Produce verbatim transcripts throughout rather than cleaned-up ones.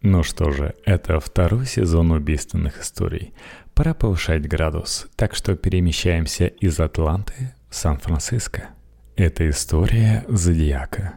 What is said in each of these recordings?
Ну что же, это второй сезон убийственных историй. Пора повышать градус, так что перемещаемся из Атланты в Сан-Франциско. Это история Зодиака.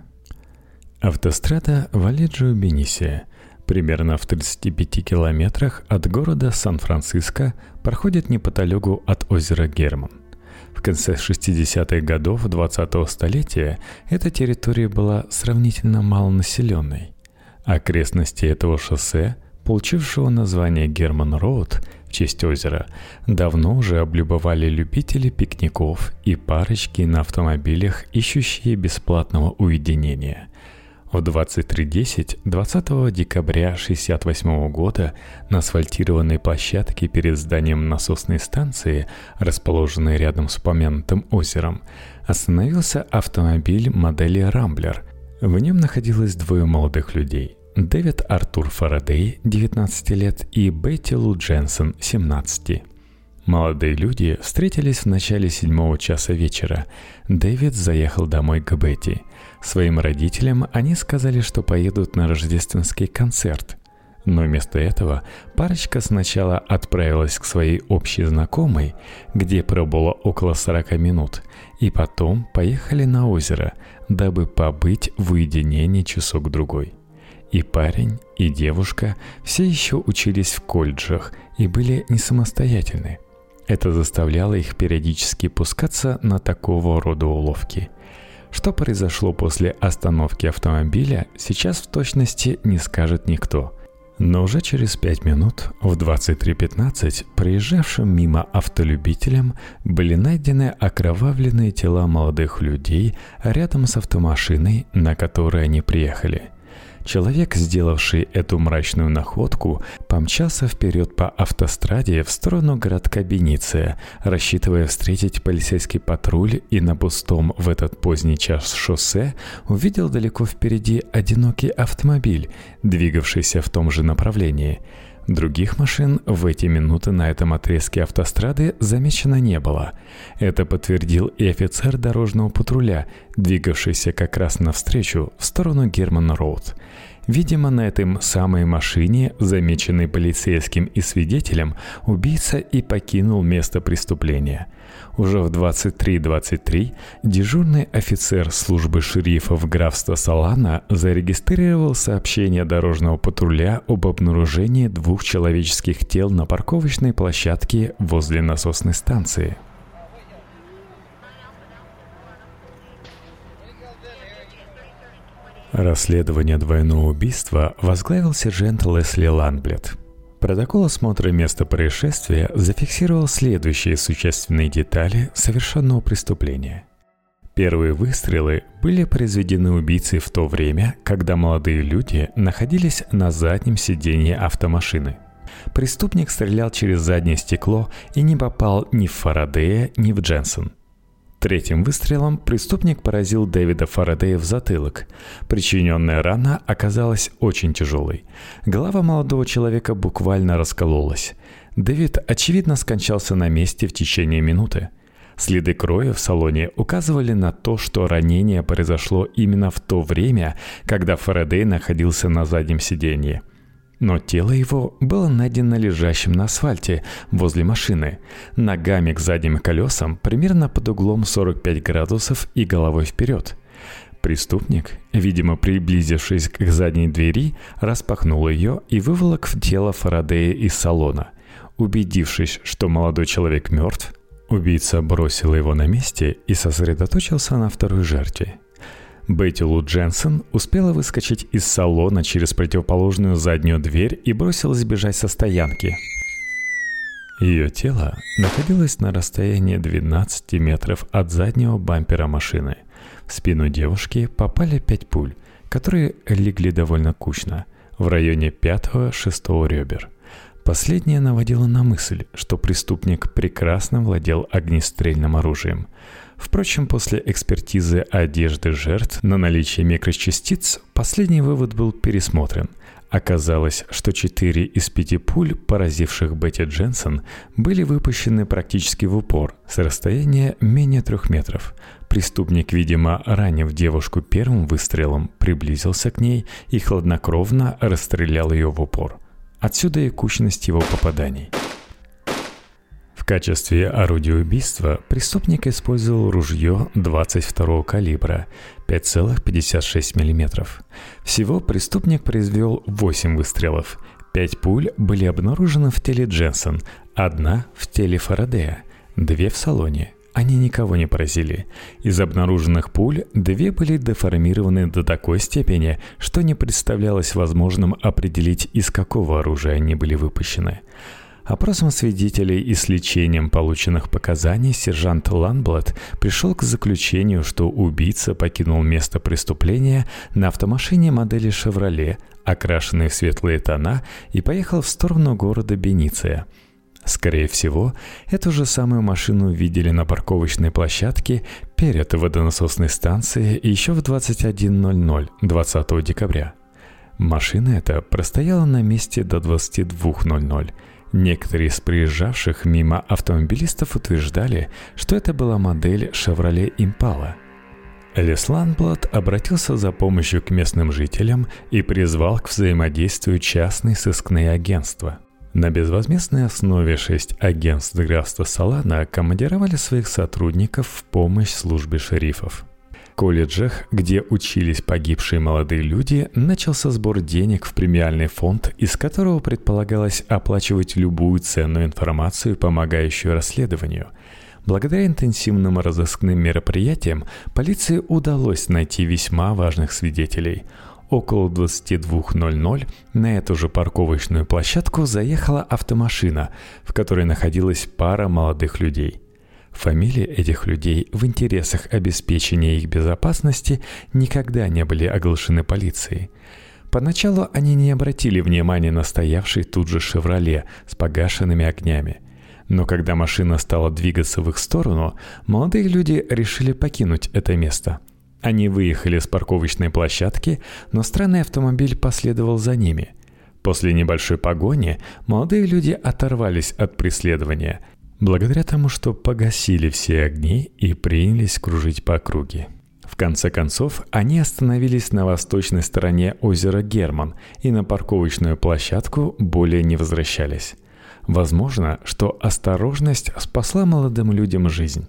Автострада Валеджио-Бенисио, примерно в тридцати пяти километрах от города Сан-Франциско, проходит неподалеку от озера Герман. В конце шестидесятых годов двадцатого столетия эта территория была сравнительно малонаселенной. Окрестности этого шоссе, получившего название Герман-Роуд в честь озера, давно уже облюбовали любители пикников и парочки на автомобилях, ищущие бесплатного уединения. В двадцать три десять двадцатого декабря шестьдесят восьмого года на асфальтированной площадке перед зданием насосной станции, расположенной рядом с упомянутым озером, остановился автомобиль модели «Рамблер». В нем находилось двое молодых людей – Дэвид Артур Фарадей, девятнадцати лет, и Бетти Лу Дженсен, семнадцати. Молодые люди встретились в начале седьмого часа вечера. Дэвид заехал домой к Бетти. Своим родителям они сказали, что поедут на рождественский концерт. Но вместо этого парочка сначала отправилась к своей общей знакомой, где пробыла около сорока минут, и потом поехали на озеро, дабы побыть в уединении часок-другой. И парень, и девушка все еще учились в колледжах и были не самостоятельны. Это заставляло их периодически пускаться на такого рода уловки. Что произошло после остановки автомобиля, сейчас в точности не скажет никто. Но уже через пять минут, в двадцать три пятнадцать, проезжавшим мимо автолюбителям были найдены окровавленные тела молодых людей рядом с автомашиной, на которой они приехали. Человек, сделавший эту мрачную находку, помчался вперед по автостраде в сторону городка Бениция, рассчитывая встретить полицейский патруль, и на пустом в этот поздний час шоссе увидел далеко впереди одинокий автомобиль, двигавшийся в том же направлении. Других машин в эти минуты на этом отрезке автострады замечено не было. Это подтвердил и офицер дорожного патруля, двигавшийся как раз навстречу в сторону Герман-Роуд. Видимо, на этой самой машине, замеченной полицейским и свидетелем, убийца и покинул место преступления. Уже в двадцать три двадцать три дежурный офицер службы шерифов графства Солана зарегистрировал сообщение дорожного патруля об обнаружении двух человеческих тел на парковочной площадке возле насосной станции. Расследование двойного убийства возглавил сержант Лесли Ланблет. Протокол осмотра места происшествия зафиксировал следующие существенные детали совершенного преступления. Первые выстрелы были произведены убийцей в то время, когда молодые люди находились на заднем сиденье автомашины. Преступник стрелял через заднее стекло и не попал ни в Фарадея, ни в Дженсен. Третьим выстрелом преступник поразил Дэвида Фарадея в затылок. Причиненная рана оказалась очень тяжелой. Голова молодого человека буквально раскололась. Дэвид, очевидно, скончался на месте в течение минуты. Следы крови в салоне указывали на то, что ранение произошло именно в то время, когда Фарадей находился на заднем сиденье. Но тело его было найдено лежащим на асфальте возле машины, ногами к задним колесам примерно под углом сорок пять градусов и головой вперед. Преступник, видимо, приблизившись к задней двери, распахнул ее и выволок в тело Фарадея из салона. Убедившись, что молодой человек мертв, убийца бросил его на месте и сосредоточился на второй жертве. Бетти Лу Дженсен успела выскочить из салона через противоположную заднюю дверь и бросилась бежать со стоянки. Ее тело находилось на расстоянии двенадцати метров от заднего бампера машины. В спину девушки попали пять пуль, которые легли довольно кучно, в районе пятого-шестого ребер. Последнее наводило на мысль, что преступник прекрасно владел огнестрельным оружием. Впрочем, после экспертизы одежды жертв на наличие микрочастиц, последний вывод был пересмотрен. Оказалось, что четыре из пяти пуль, поразивших Бетти Дженсен, были выпущены практически в упор, с расстояния менее трех метров. Преступник, видимо, ранив девушку первым выстрелом, приблизился к ней и хладнокровно расстрелял ее в упор. Отсюда и кучность его попаданий. В качестве орудия убийства преступник использовал ружье двадцать второго калибра, пять целых пятьдесят шесть сотых мм. Всего преступник произвел восемь выстрелов. Пять пуль были обнаружены в теле Дженсен, одна в теле Фарадея, две в салоне. Они никого не поразили. Из обнаруженных пуль две были деформированы до такой степени, что не представлялось возможным определить, из какого оружия они были выпущены. Опросом свидетелей и с лечением полученных показаний сержант Ланблад пришел к заключению, что убийца покинул место преступления на автомашине модели «Шевроле», окрашенной в светлые тона, и поехал в сторону города Бениция. Скорее всего, эту же самую машину видели на парковочной площадке перед водонасосной станцией еще в двадцать один ноль ноль двадцатого декабря. Машина эта простояла на месте до двадцати двух ноль ноль. Некоторые из приезжавших мимо автомобилистов утверждали, что это была модель Chevrolet Impala. Элис Ланблад обратился за помощью к местным жителям и призвал к взаимодействию частные сыскные агентства. На безвозмездной основе шесть агентств графства Солана командировали своих сотрудников в помощь службе шерифов. В колледжах, где учились погибшие молодые люди, начался сбор денег в премиальный фонд, из которого предполагалось оплачивать любую ценную информацию, помогающую расследованию. Благодаря интенсивным разыскным мероприятиям полиции удалось найти весьма важных свидетелей. Около двадцати двух ноль ноль на эту же парковочную площадку заехала автомашина, в которой находилась пара молодых людей. Фамилии этих людей в интересах обеспечения их безопасности никогда не были оглашены полицией. Поначалу они не обратили внимания на стоявший тут же «Шевроле» с погашенными огнями. Но когда машина стала двигаться в их сторону, молодые люди решили покинуть это место. Они выехали с парковочной площадки, но странный автомобиль последовал за ними. После небольшой погони молодые люди оторвались от преследования, благодаря тому, что погасили все огни и принялись кружить по округе. В конце концов, они остановились на восточной стороне озера Герман и на парковочную площадку более не возвращались. Возможно, что осторожность спасла молодым людям жизнь.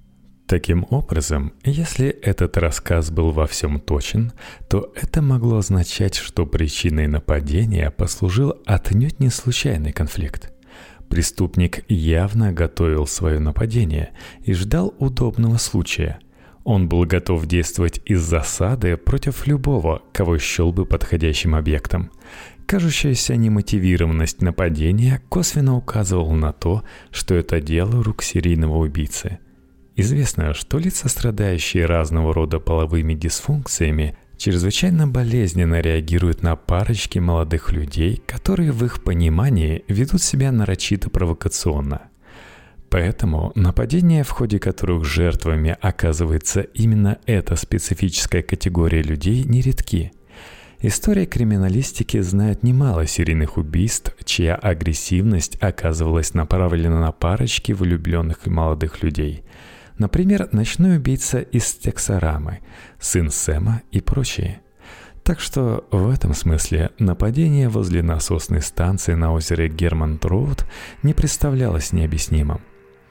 Таким образом, если этот рассказ был во всем точен, то это могло означать, что причиной нападения послужил отнюдь не случайный конфликт. Преступник явно готовил свое нападение и ждал удобного случая. Он был готов действовать из засады против любого, кого счел бы подходящим объектом. Кажущаяся немотивированность нападения косвенно указывала на то, что это дело рук серийного убийцы. Известно, что лица, страдающие разного рода половыми дисфункциями, чрезвычайно болезненно реагируют на парочки молодых людей, которые в их понимании ведут себя нарочито провокационно. Поэтому нападения, в ходе которых жертвами оказывается именно эта специфическая категория людей, нередки. История криминалистики знает немало серийных убийств, чья агрессивность оказывалась направлена на парочки влюбленных молодых людей. Например, ночной убийца из Тексарамы, сын Сэма и прочие. Так что в этом смысле нападение возле насосной станции на озере Герман-Роуд не представлялось необъяснимым.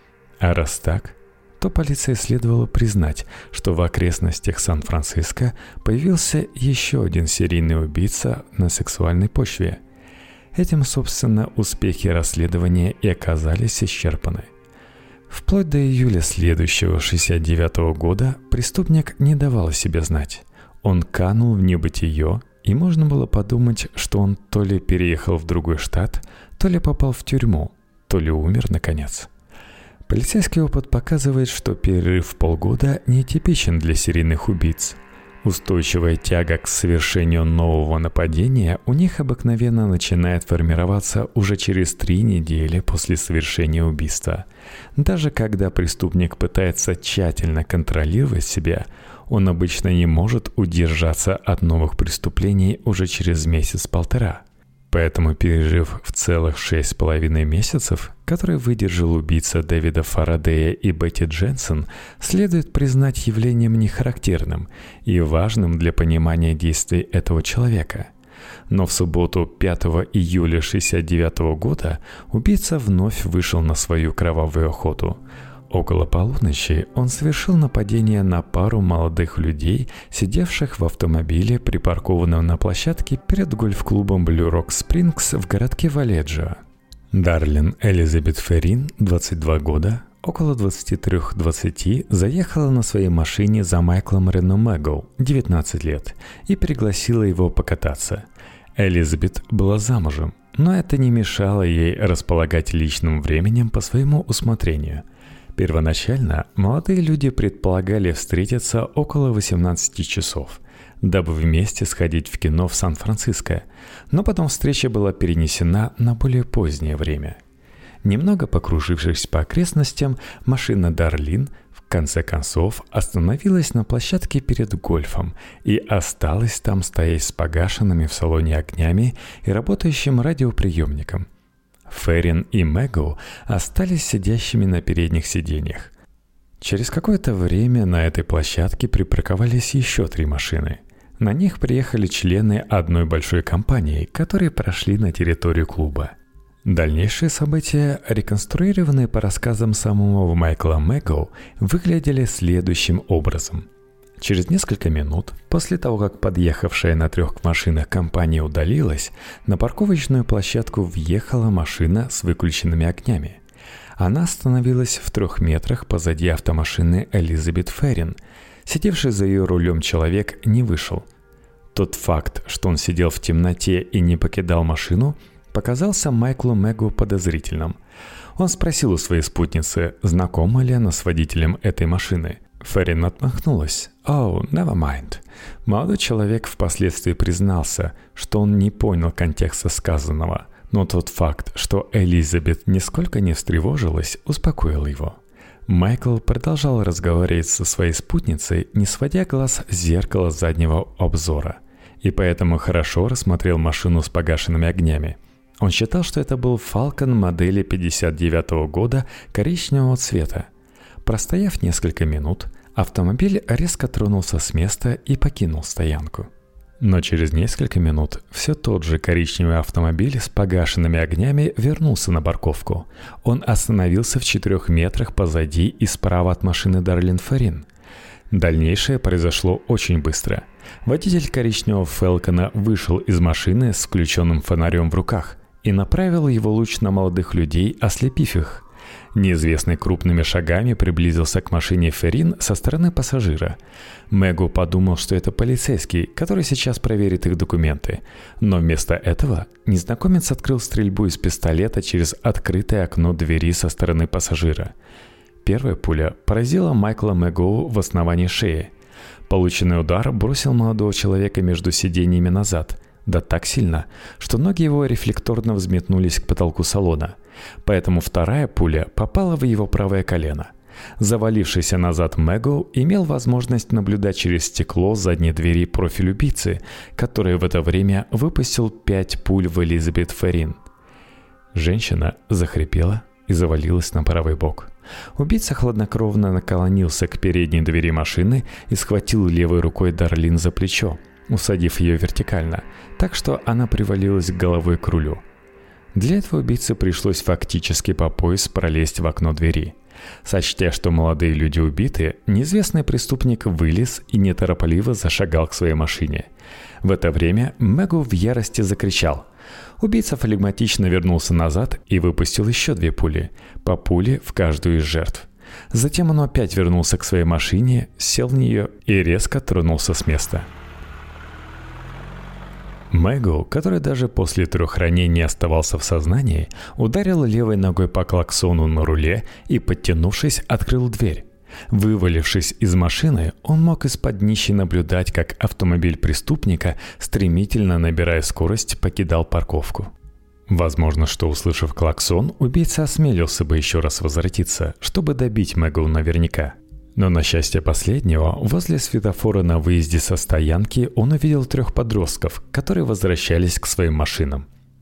А раз так, то полиции следовало признать, что в окрестностях Сан-Франциско появился еще один серийный убийца на сексуальной почве. Этим, собственно, успехи расследования и оказались исчерпаны. Вплоть до июля следующего шестьдесят девятого года преступник не давал о себе знать. Он канул в небытие, и можно было подумать, что он то ли переехал в другой штат, то ли попал в тюрьму, то ли умер наконец. Полицейский опыт показывает, что перерыв в полгода нетипичен для серийных убийц. Устойчивая тяга к совершению нового нападения у них обыкновенно начинает формироваться уже через три недели после совершения убийства. Даже когда преступник пытается тщательно контролировать себя, он обычно не может удержаться от новых преступлений уже через месяц-полтора. Поэтому, пережив в целых шесть с половиной месяцев, которые выдержал убийца Дэвида Фарадея и Бетти Дженсен, следует признать явлением нехарактерным и важным для понимания действий этого человека. Но в субботу пятого июля шестьдесят девятого года убийца вновь вышел на свою кровавую охоту. Около полуночи он совершил нападение на пару молодых людей, сидевших в автомобиле, припаркованном на площадке перед гольф-клубом Blue Rock Springs в городке Валеджио. Дарлин Элизабет Феррин, двадцать два года, около двадцать три двадцать, заехала на своей машине за Майклом Рено Мэгоу, девятнадцать лет, и пригласила его покататься. Элизабет была замужем, но это не мешало ей располагать личным временем по своему усмотрению. Первоначально молодые люди предполагали встретиться около восемнадцати часов, дабы вместе сходить в кино в Сан-Франциско, но потом встреча была перенесена на более позднее время. Немного покружившись по окрестностям, машина Дарлин в конце концов остановилась на площадке перед гольфом и осталась там стоять с погашенными в салоне огнями и работающим радиоприемником. Феррин и Мэгоу остались сидящими на передних сиденьях. Через какое-то время на этой площадке припарковались еще три машины. На них приехали члены одной большой компании, которые прошли на территорию клуба. Дальнейшие события, реконструированные по рассказам самого Майкла Мэгоу, выглядели следующим образом. Через несколько минут, после того, как подъехавшая на трех машинах компания удалилась, на парковочную площадку въехала машина с выключенными огнями. Она остановилась в трех метрах позади автомашины Элизабет Феррин. Сидевший за ее рулем человек не вышел. Тот факт, что он сидел в темноте и не покидал машину, показался Майклу Мэгоу подозрительным. Он спросил у своей спутницы, знакома ли она с водителем этой машины. Феррин отмахнулась. «Oh, never mind». Молодой человек впоследствии признался, что он не понял контекста сказанного, но тот факт, что Элизабет нисколько не встревожилась, успокоил его. Майкл продолжал разговаривать со своей спутницей, не сводя глаз с зеркала заднего обзора, и поэтому хорошо рассмотрел машину с погашенными огнями. Он считал, что это был Falcon модели пятьдесят девятого года коричневого цвета. Простояв несколько минут, автомобиль резко тронулся с места и покинул стоянку. Но через несколько минут все тот же коричневый автомобиль с погашенными огнями вернулся на парковку. Он остановился в четырех метрах позади и справа от машины Дарлин Феррин. Дальнейшее произошло очень быстро. Водитель коричневого Фелкона вышел из машины с включенным фонарем в руках и направил его луч на молодых людей, ослепив их. Неизвестный крупными шагами приблизился к машине Феррин со стороны пассажира. Мэгоу подумал, что это полицейский, который сейчас проверит их документы. Но вместо этого незнакомец открыл стрельбу из пистолета через открытое окно двери со стороны пассажира. Первая пуля поразила Майкла Мэгоу в основании шеи. Полученный удар бросил молодого человека между сиденьями назад, да так сильно, что ноги его рефлекторно взметнулись к потолку салона. Поэтому вторая пуля попала в его правое колено. Завалившийся назад Мэгоу имел возможность наблюдать через стекло задней двери профиль убийцы, который в это время выпустил пять пуль в Элизабет Феррин. Женщина захрипела и завалилась на правый бок. Убийца хладнокровно наклонился к передней двери машины и схватил левой рукой Дарлин за плечо, усадив ее вертикально, так что она привалилась головой к рулю. Для этого убийце пришлось фактически по пояс пролезть в окно двери. Сочтя, что молодые люди убиты, неизвестный преступник вылез и неторопливо зашагал к своей машине. В это время Мэгоу в ярости закричал. Убийца флегматично вернулся назад и выпустил еще две пули, по пуле в каждую из жертв. Затем он опять вернулся к своей машине, сел в нее и резко тронулся с места. Мэгоу, который даже после трех ранений оставался в сознании, ударил левой ногой по клаксону на руле и, подтянувшись, открыл дверь. Вывалившись из машины, он мог из-под днища наблюдать, как автомобиль преступника, стремительно набирая скорость, покидал парковку. Возможно, что, услышав клаксон, убийца осмелился бы еще раз возвратиться, чтобы добить Мэгоу наверняка. Но на счастье последнего, возле светофора на выезде со стоянки он увидел трех подростков, которые возвращались к своим машинам.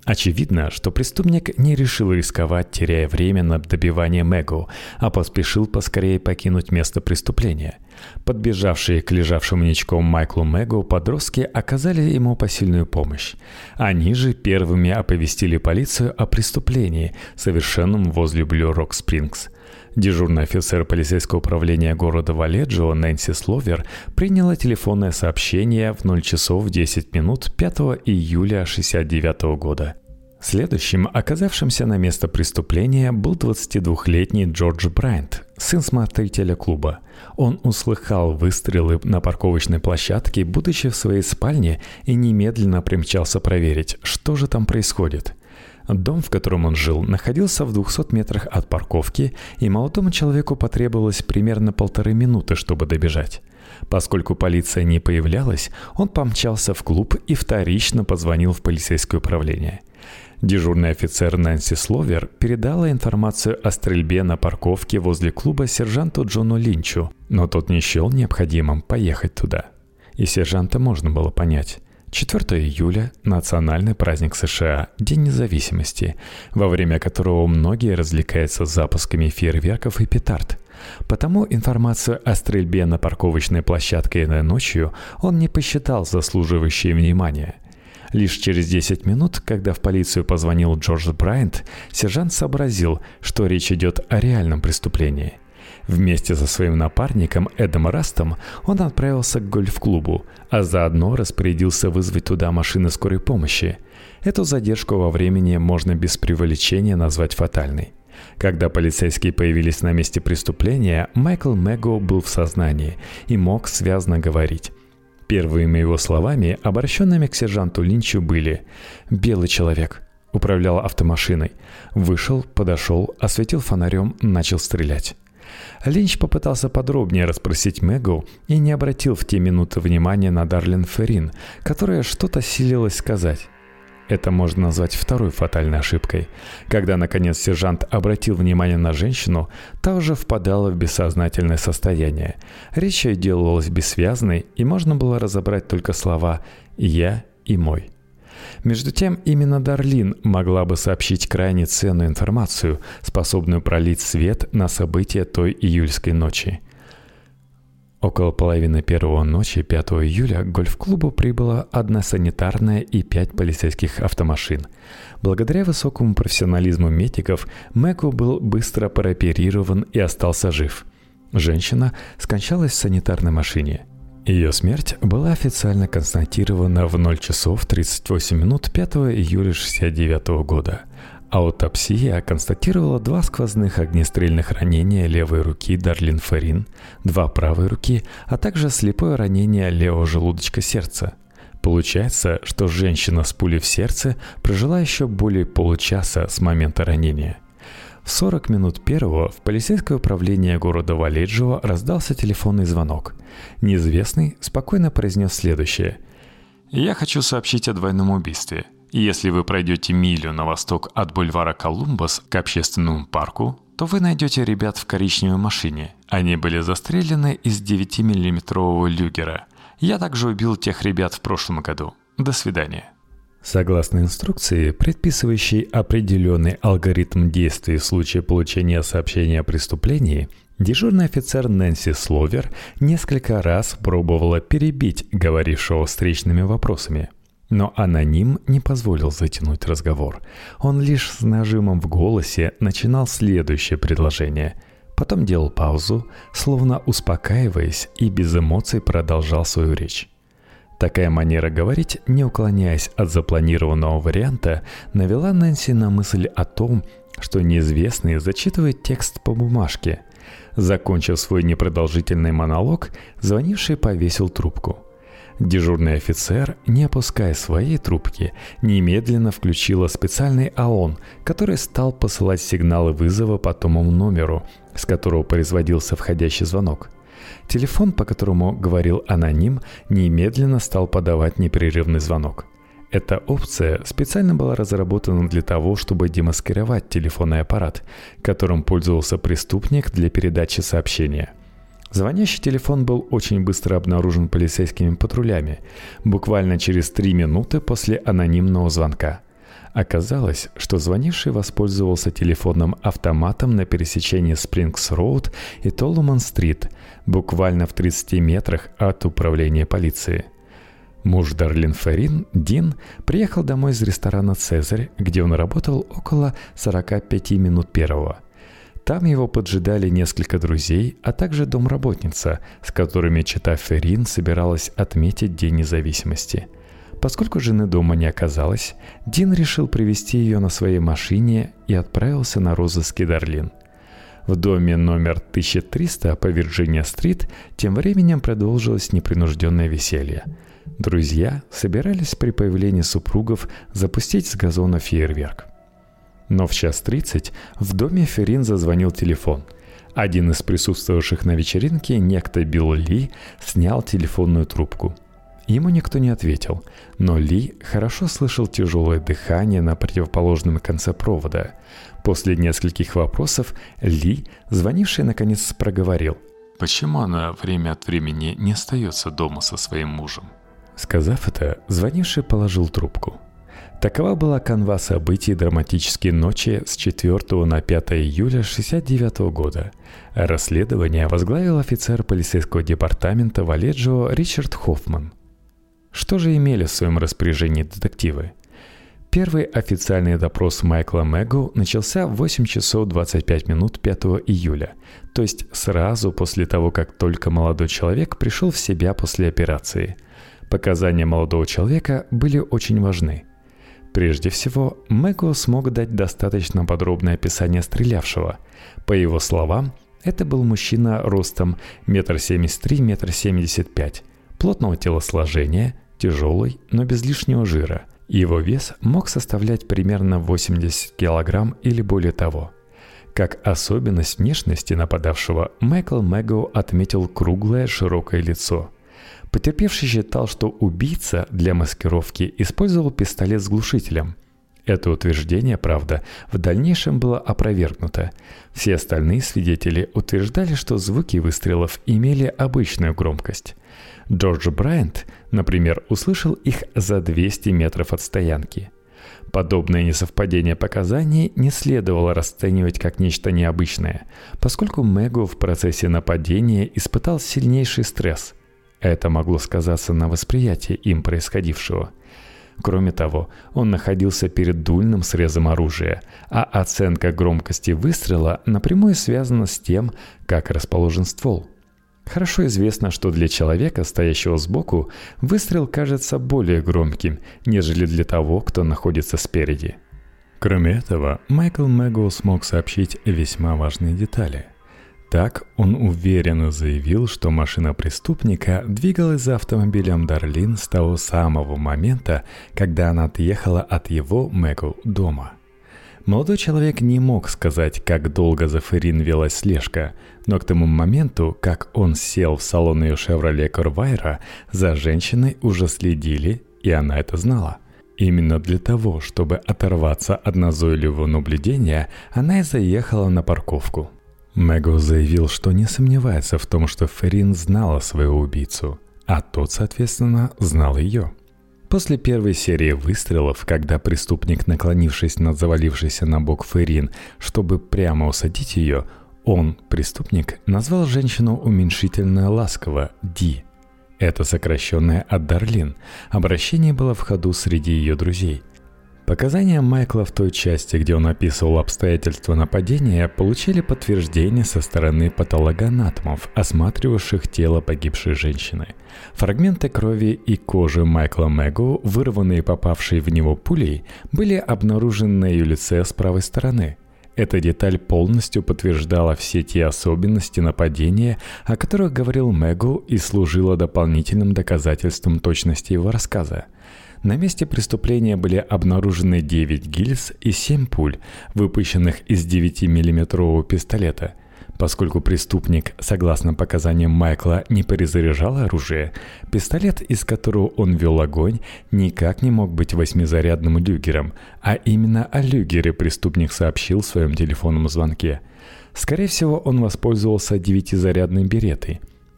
Очевидно, что преступник не решил рисковать, теряя время на добивание Мэгу, а поспешил поскорее покинуть место преступления. Подбежавшие к лежавшему ничком Майклу Мэгу подростки оказали ему посильную помощь. Они же первыми оповестили полицию о преступлении, совершенном возле Блю Рок Спрингс. Дежурный офицер полицейского управления города Валеджио Нэнси Словер приняла телефонное сообщение в ноль часов десять минут пятого июля шестьдесят девятого года. Следующим, оказавшимся на место преступления, был двадцатидвухлетний Джордж Брайант, сын смотрителя клуба. Он услыхал выстрелы на парковочной площадке, будучи в своей спальне, и немедленно примчался проверить, что же там происходит. Дом, в котором он жил, находился в двухстах метрах от парковки, и молодому человеку потребовалось примерно полторы минуты, чтобы добежать. Поскольку полиция не появлялась, он помчался в клуб и вторично позвонил в полицейское управление. Дежурный офицер Нэнси Словер передала информацию о стрельбе на парковке возле клуба сержанту Джону Линчу, но тот не счел необходимым поехать туда. И сержанта можно было понять. четвёртого июля – национальный праздник США, День независимости, во время которого многие развлекаются запусками фейерверков и петард. Потому информацию о стрельбе на парковочной площадке этой ночью он не посчитал заслуживающей внимания. Лишь через десять минут, когда в полицию позвонил Джордж Брайант, сержант сообразил, что речь идет о реальном преступлении. Вместе со своим напарником Эдом Растом он отправился к гольф-клубу, а заодно распорядился вызвать туда машины скорой помощи. Эту задержку во времени можно без преувеличения назвать фатальной. Когда полицейские появились на месте преступления, Майкл Мэгу был в сознании и мог связно говорить. Первыми его словами, обращенными к сержанту Линчу, были: «Белый человек. Управлял автомашиной. Вышел, подошел, осветил фонарем, начал стрелять». Линч попытался подробнее расспросить Мэгу и не обратил в те минуты внимания на Дарлин Феррин, которая что-то силилась сказать. Это можно назвать второй фатальной ошибкой. Когда, наконец, сержант обратил внимание на женщину, та уже впадала в бессознательное состояние. Речь ее делалась бессвязной, и можно было разобрать только слова «я» и «мой». Между тем, именно Дарлин могла бы сообщить крайне ценную информацию, способную пролить свет на события той июльской ночи. Около половины первого ночи пятого июля к гольф-клубу прибыла одна санитарная и пять полицейских автомашин. Благодаря высокому профессионализму медиков Мэгу был быстро прооперирован и остался жив. Женщина скончалась в санитарной машине. Ее смерть была официально констатирована в ноль часов тридцать восемь минут пятого июля шестьдесят девятого года. Аутопсия констатировала два сквозных огнестрельных ранения левой руки Дарлин Феррин, два правой руки, а также слепое ранение левого желудочка сердца. Получается, что женщина с пулей в сердце прожила еще более получаса с момента ранения. В сорок минут первого в полицейское управление города Валеджио раздался телефонный звонок. Неизвестный спокойно произнес следующее: «Я хочу сообщить о двойном убийстве. Если вы пройдете милю на восток от бульвара Колумбус к общественному парку, то вы найдете ребят в коричневой машине. Они были застрелены из девятимиллиметрового люгера. Я также убил тех ребят в прошлом году. До свидания». Согласно инструкции, предписывающей определенный алгоритм действий в случае получения сообщения о преступлении, дежурный офицер Нэнси Словер несколько раз пробовала перебить говорившего встречными вопросами. Но аноним не позволил затянуть разговор. Он лишь с нажимом в голосе начинал следующее предложение. Потом делал паузу, словно успокаиваясь, и без эмоций продолжал свою речь. Такая манера говорить, не уклоняясь от запланированного варианта, навела Нэнси на мысль о том, что неизвестный зачитывает текст по бумажке. Закончив свой непродолжительный монолог, звонивший повесил трубку. Дежурный офицер, не опуская своей трубки, немедленно включила специальный АОН, который стал посылать сигналы вызова по тому номеру, с которого производился входящий звонок. Телефон, по которому говорил аноним, немедленно стал подавать непрерывный звонок. Эта опция специально была разработана для того, чтобы демаскировать телефонный аппарат, которым пользовался преступник для передачи сообщения. Звонящий телефон был очень быстро обнаружен полицейскими патрулями, буквально через три минуты после анонимного звонка. Оказалось, что звонивший воспользовался телефонным автоматом на пересечении Спрингс-Роуд и Толлуман-Стрит, буквально в тридцати метрах от управления полиции. Муж Дарлин Феррин, Дин, приехал домой из ресторана «Цезарь», где он работал около сорока пяти минут первого. Там его поджидали несколько друзей, а также домработница, с которыми чета Феррин собиралась отметить День независимости. Поскольку жены дома не оказалось, Дин решил привезти ее на своей машине и отправился на розыски Дарлин. В доме номер тысяча триста по Вирджиния-стрит тем временем продолжилось непринужденное веселье. Друзья собирались при появлении супругов запустить с газона фейерверк. Но в час тридцать в доме Феррин зазвонил телефон. Один из присутствовавших на вечеринке, некто Билл Ли, снял телефонную трубку. Ему никто не ответил, но Ли хорошо слышал тяжелое дыхание на противоположном конце провода. После нескольких вопросов Ли, звонивший, наконец проговорил: «Почему она время от времени не остается дома со своим мужем?» Сказав это, звонивший положил трубку. Такова была канва событий драматической ночи с четвёртого на пятое июля шестьдесят девятого года. Расследование возглавил офицер полицейского департамента Валеджио Ричард Хоффман. Что же имели в своем распоряжении детективы? Первый официальный допрос Майкла Мэгоу начался в восемь часов двадцать пять минут пятого июля, то есть сразу после того, как только молодой человек пришел в себя после операции. Показания молодого человека были очень важны. Прежде всего, Мэгоу смог дать достаточно подробное описание стрелявшего. По его словам, это был мужчина ростом метр семьдесят три - метр семьдесят пять, плотного телосложения, тяжелый, но без лишнего жира. Его вес мог составлять примерно восемьдесят килограмм или более того. Как особенность внешности нападавшего, Майкл Мэгоу отметил круглое широкое лицо. Потерпевший считал, что убийца для маскировки использовал пистолет с глушителем. Это утверждение, правда, в дальнейшем было опровергнуто. Все остальные свидетели утверждали, что звуки выстрелов имели обычную громкость. Джордж Брайант, например, услышал их за двести метров от стоянки. Подобное несовпадение показаний не следовало расценивать как нечто необычное, поскольку Мэгоу в процессе нападения испытал сильнейший стресс. Это могло сказаться на восприятии им происходившего. Кроме того, он находился перед дульным срезом оружия, а оценка громкости выстрела напрямую связана с тем, как расположен ствол. Хорошо известно, что для человека, стоящего сбоку, выстрел кажется более громким, нежели для того, кто находится спереди. Кроме этого, Майкл Мэгоу смог сообщить весьма важные детали. Так, он уверенно заявил, что машина преступника двигалась за автомобилем Дарлин с того самого момента, когда она отъехала от его, Мэгоу, дома. Молодой человек не мог сказать, как долго за Феррин велась слежка, но к тому моменту, как он сел в салон ее «Шевроле Корвайра», за женщиной уже следили, и она это знала. Именно для того, чтобы оторваться от назойливого наблюдения, она и заехала на парковку. Мэгоу заявил, что не сомневается в том, что Феррин знала своего убийцу, а тот, соответственно, знал ее. После первой серии выстрелов, когда преступник, наклонившись над завалившейся на бок Феррин, чтобы прямо усадить ее, он, преступник, назвал женщину уменьшительно ласково «Ди». Это сокращенное от Дарлин. Обращение было в ходу среди ее друзей. Показания Майкла в той части, где он описывал обстоятельства нападения, получили подтверждение со стороны патологоанатомов, осматривавших тело погибшей женщины. Фрагменты крови и кожи Майкла Мэгоу, вырванные попавшей в него пулей, были обнаружены на ее лице с правой стороны. Эта деталь полностью подтверждала все те особенности нападения, о которых говорил Мэгоу, и служила дополнительным доказательством точности его рассказа. На месте преступления были обнаружены девять гильз и семь пуль, выпущенных из девятимиллиметрового пистолета. Поскольку преступник, согласно показаниям Майкла, не перезаряжал оружие, пистолет, из которого он вел огонь, никак не мог быть восьмизарядным люгером, а именно о люгере преступник сообщил в своем телефонном звонке. Скорее всего, он воспользовался девятизарядной беретой.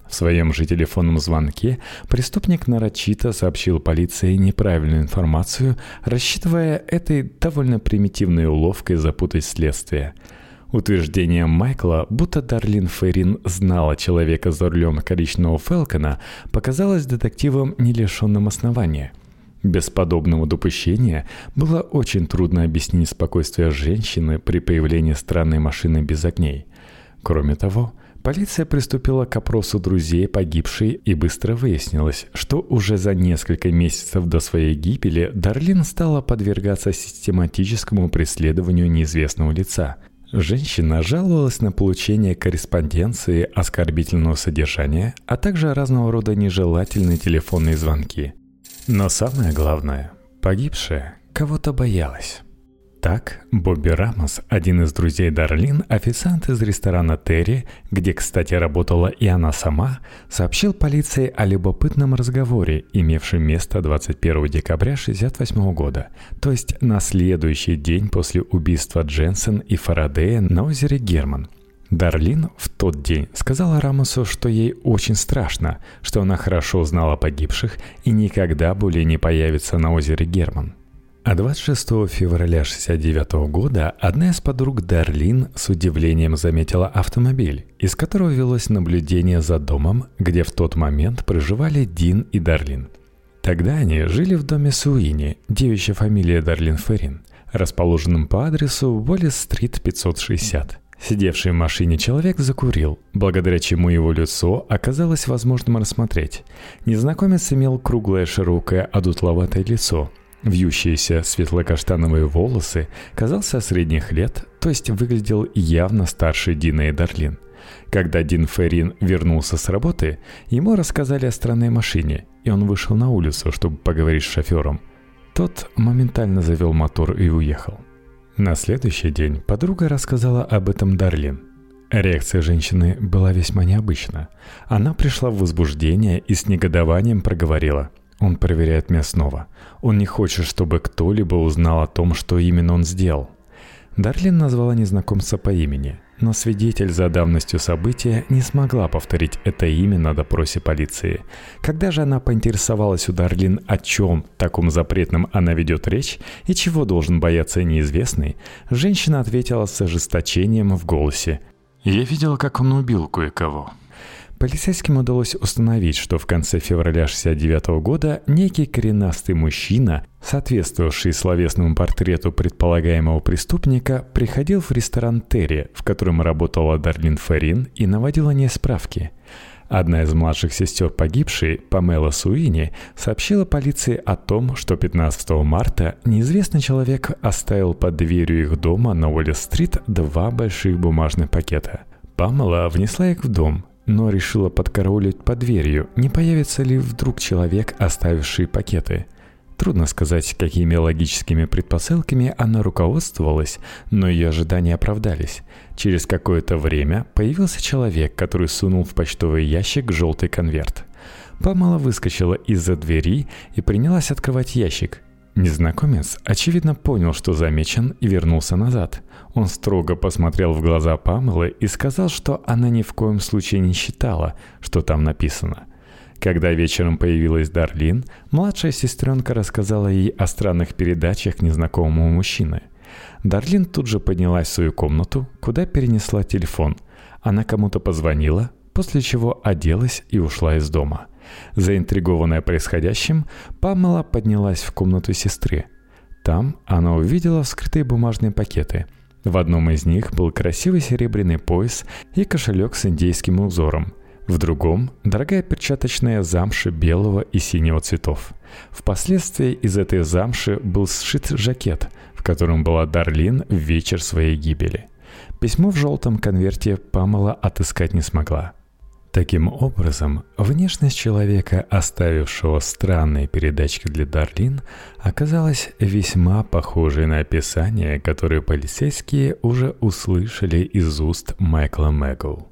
В своем же телефонном звонке преступник нарочито сообщил полиции неправильную информацию, рассчитывая этой довольно примитивной уловкой запутать следствие. Утверждение Майкла, будто Дарлин Феррин знала человека за рулем коричневого Фелкона, показалось детективам не лишенным основания. Без подобного допущения было очень трудно объяснить спокойствие женщины при появлении странной машины без огней. Кроме того, полиция приступила к опросу друзей погибшей, и быстро выяснилось, что уже за несколько месяцев до своей гибели Дарлин стала подвергаться систематическому преследованию неизвестного лица. Женщина жаловалась на получение корреспонденции оскорбительного содержания, а также разного рода нежелательные телефонные звонки. Но самое главное, погибшая кого-то боялась. Так, Бобби Рамос, один из друзей Дарлин, официант из ресторана «Терри», где, кстати, работала и она сама, сообщил полиции о любопытном разговоре, имевшем место двадцать первого декабря шестьдесят восьмого года, то есть на следующий день после убийства Дженсен и Фарадея на озере Герман. Дарлин в тот день сказала Рамосу, что ей очень страшно, что она хорошо знала погибших и никогда более не появится на озере Герман. А двадцать шестого февраля шестьдесят девятого года одна из подруг Дарлин с удивлением заметила автомобиль, из которого велось наблюдение за домом, где в тот момент проживали Дин и Дарлин. Тогда они жили в доме Суини, девичья фамилия Дарлин Феррин, расположенном по адресу Уоллес-стрит пятьсот шестьдесят. Сидевший в машине человек закурил, благодаря чему его лицо оказалось возможным рассмотреть. Незнакомец имел круглое, широкое, одутловатое лицо. Вьющиеся светло-каштановые волосы, казался средних лет, то есть выглядел явно старше Дина и Дарлин. Когда Дин Феррин вернулся с работы, ему рассказали о странной машине, и он вышел на улицу, чтобы поговорить с шофером. Тот моментально завел мотор и уехал. На следующий день подруга рассказала об этом Дарлин. Реакция женщины была весьма необычна. Она пришла в возбуждение и с негодованием проговорила: «Он проверяет меня снова. Он не хочет, чтобы кто-либо узнал о том, что именно он сделал». Дарлин назвала незнакомца по имени, но свидетель за давностью события не смогла повторить это имя на допросе полиции. Когда же она поинтересовалась у Дарлин, о чем таком запретном она ведет речь и чего должен бояться неизвестный, женщина ответила с ожесточением в голосе: «Я видела, как он убил кое-кого». Полицейским удалось установить, что в конце февраля шестьдесят девятого года некий коренастый мужчина, соответствовавший словесному портрету предполагаемого преступника, приходил в ресторан «Терри», в котором работала Дарлин Феррин, и наводил о ней справки. Одна из младших сестер погибшей, Памела Суини, сообщила полиции о том, что пятнадцатого марта неизвестный человек оставил под дверью их дома на Уоллес-стрит два больших бумажных пакета. Памела внесла их в дом, но решила подкараулить под дверью, не появится ли вдруг человек, оставивший пакеты. Трудно сказать, какими логическими предпосылками она руководствовалась, но ее ожидания оправдались. Через какое-то время появился человек, который сунул в почтовый ящик желтый конверт. Памела выскочила из-за двери и принялась открывать ящик. Незнакомец, очевидно, понял, что замечен, и вернулся назад. Он строго посмотрел в глаза Памелы и сказал, что она ни в коем случае не считала, что там написано. Когда вечером появилась Дарлин, младшая сестренка рассказала ей о странных передачах незнакомого мужчины. Дарлин тут же поднялась в свою комнату, куда перенесла телефон. Она кому-то позвонила, после чего оделась и ушла из дома. Заинтригованная происходящим, Памела поднялась в комнату сестры. Там она увидела вскрытые бумажные пакеты. В одном из них был красивый серебряный пояс и кошелек с индейским узором. В другом – дорогая перчаточная замша белого и синего цветов. Впоследствии из этой замши был сшит жакет, в котором была Дарлин в вечер своей гибели. Письмо в желтом конверте Памела отыскать не смогла. Таким образом, внешность человека, оставившего странные передачки для Дарлин, оказалась весьма похожей на описание, которое полицейские уже услышали из уст Майкла Мэгоу.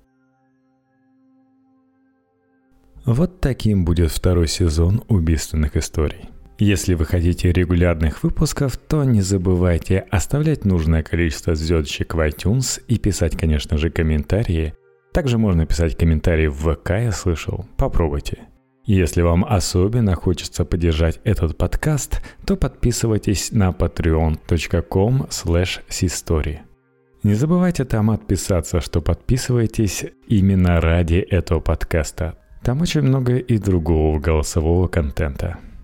Вот таким будет второй сезон убийственных историй. Если вы хотите регулярных выпусков, то не забывайте оставлять нужное количество звездочек в iTunes и писать, конечно же, комментарии. Также можно писать комментарии в ВК, я слышал. Попробуйте. Если вам особенно хочется поддержать этот подкаст, то подписывайтесь на patreon точка com слэш систори. Не забывайте там отписаться, что подписываетесь именно ради этого подкаста. Там очень много и другого голосового контента.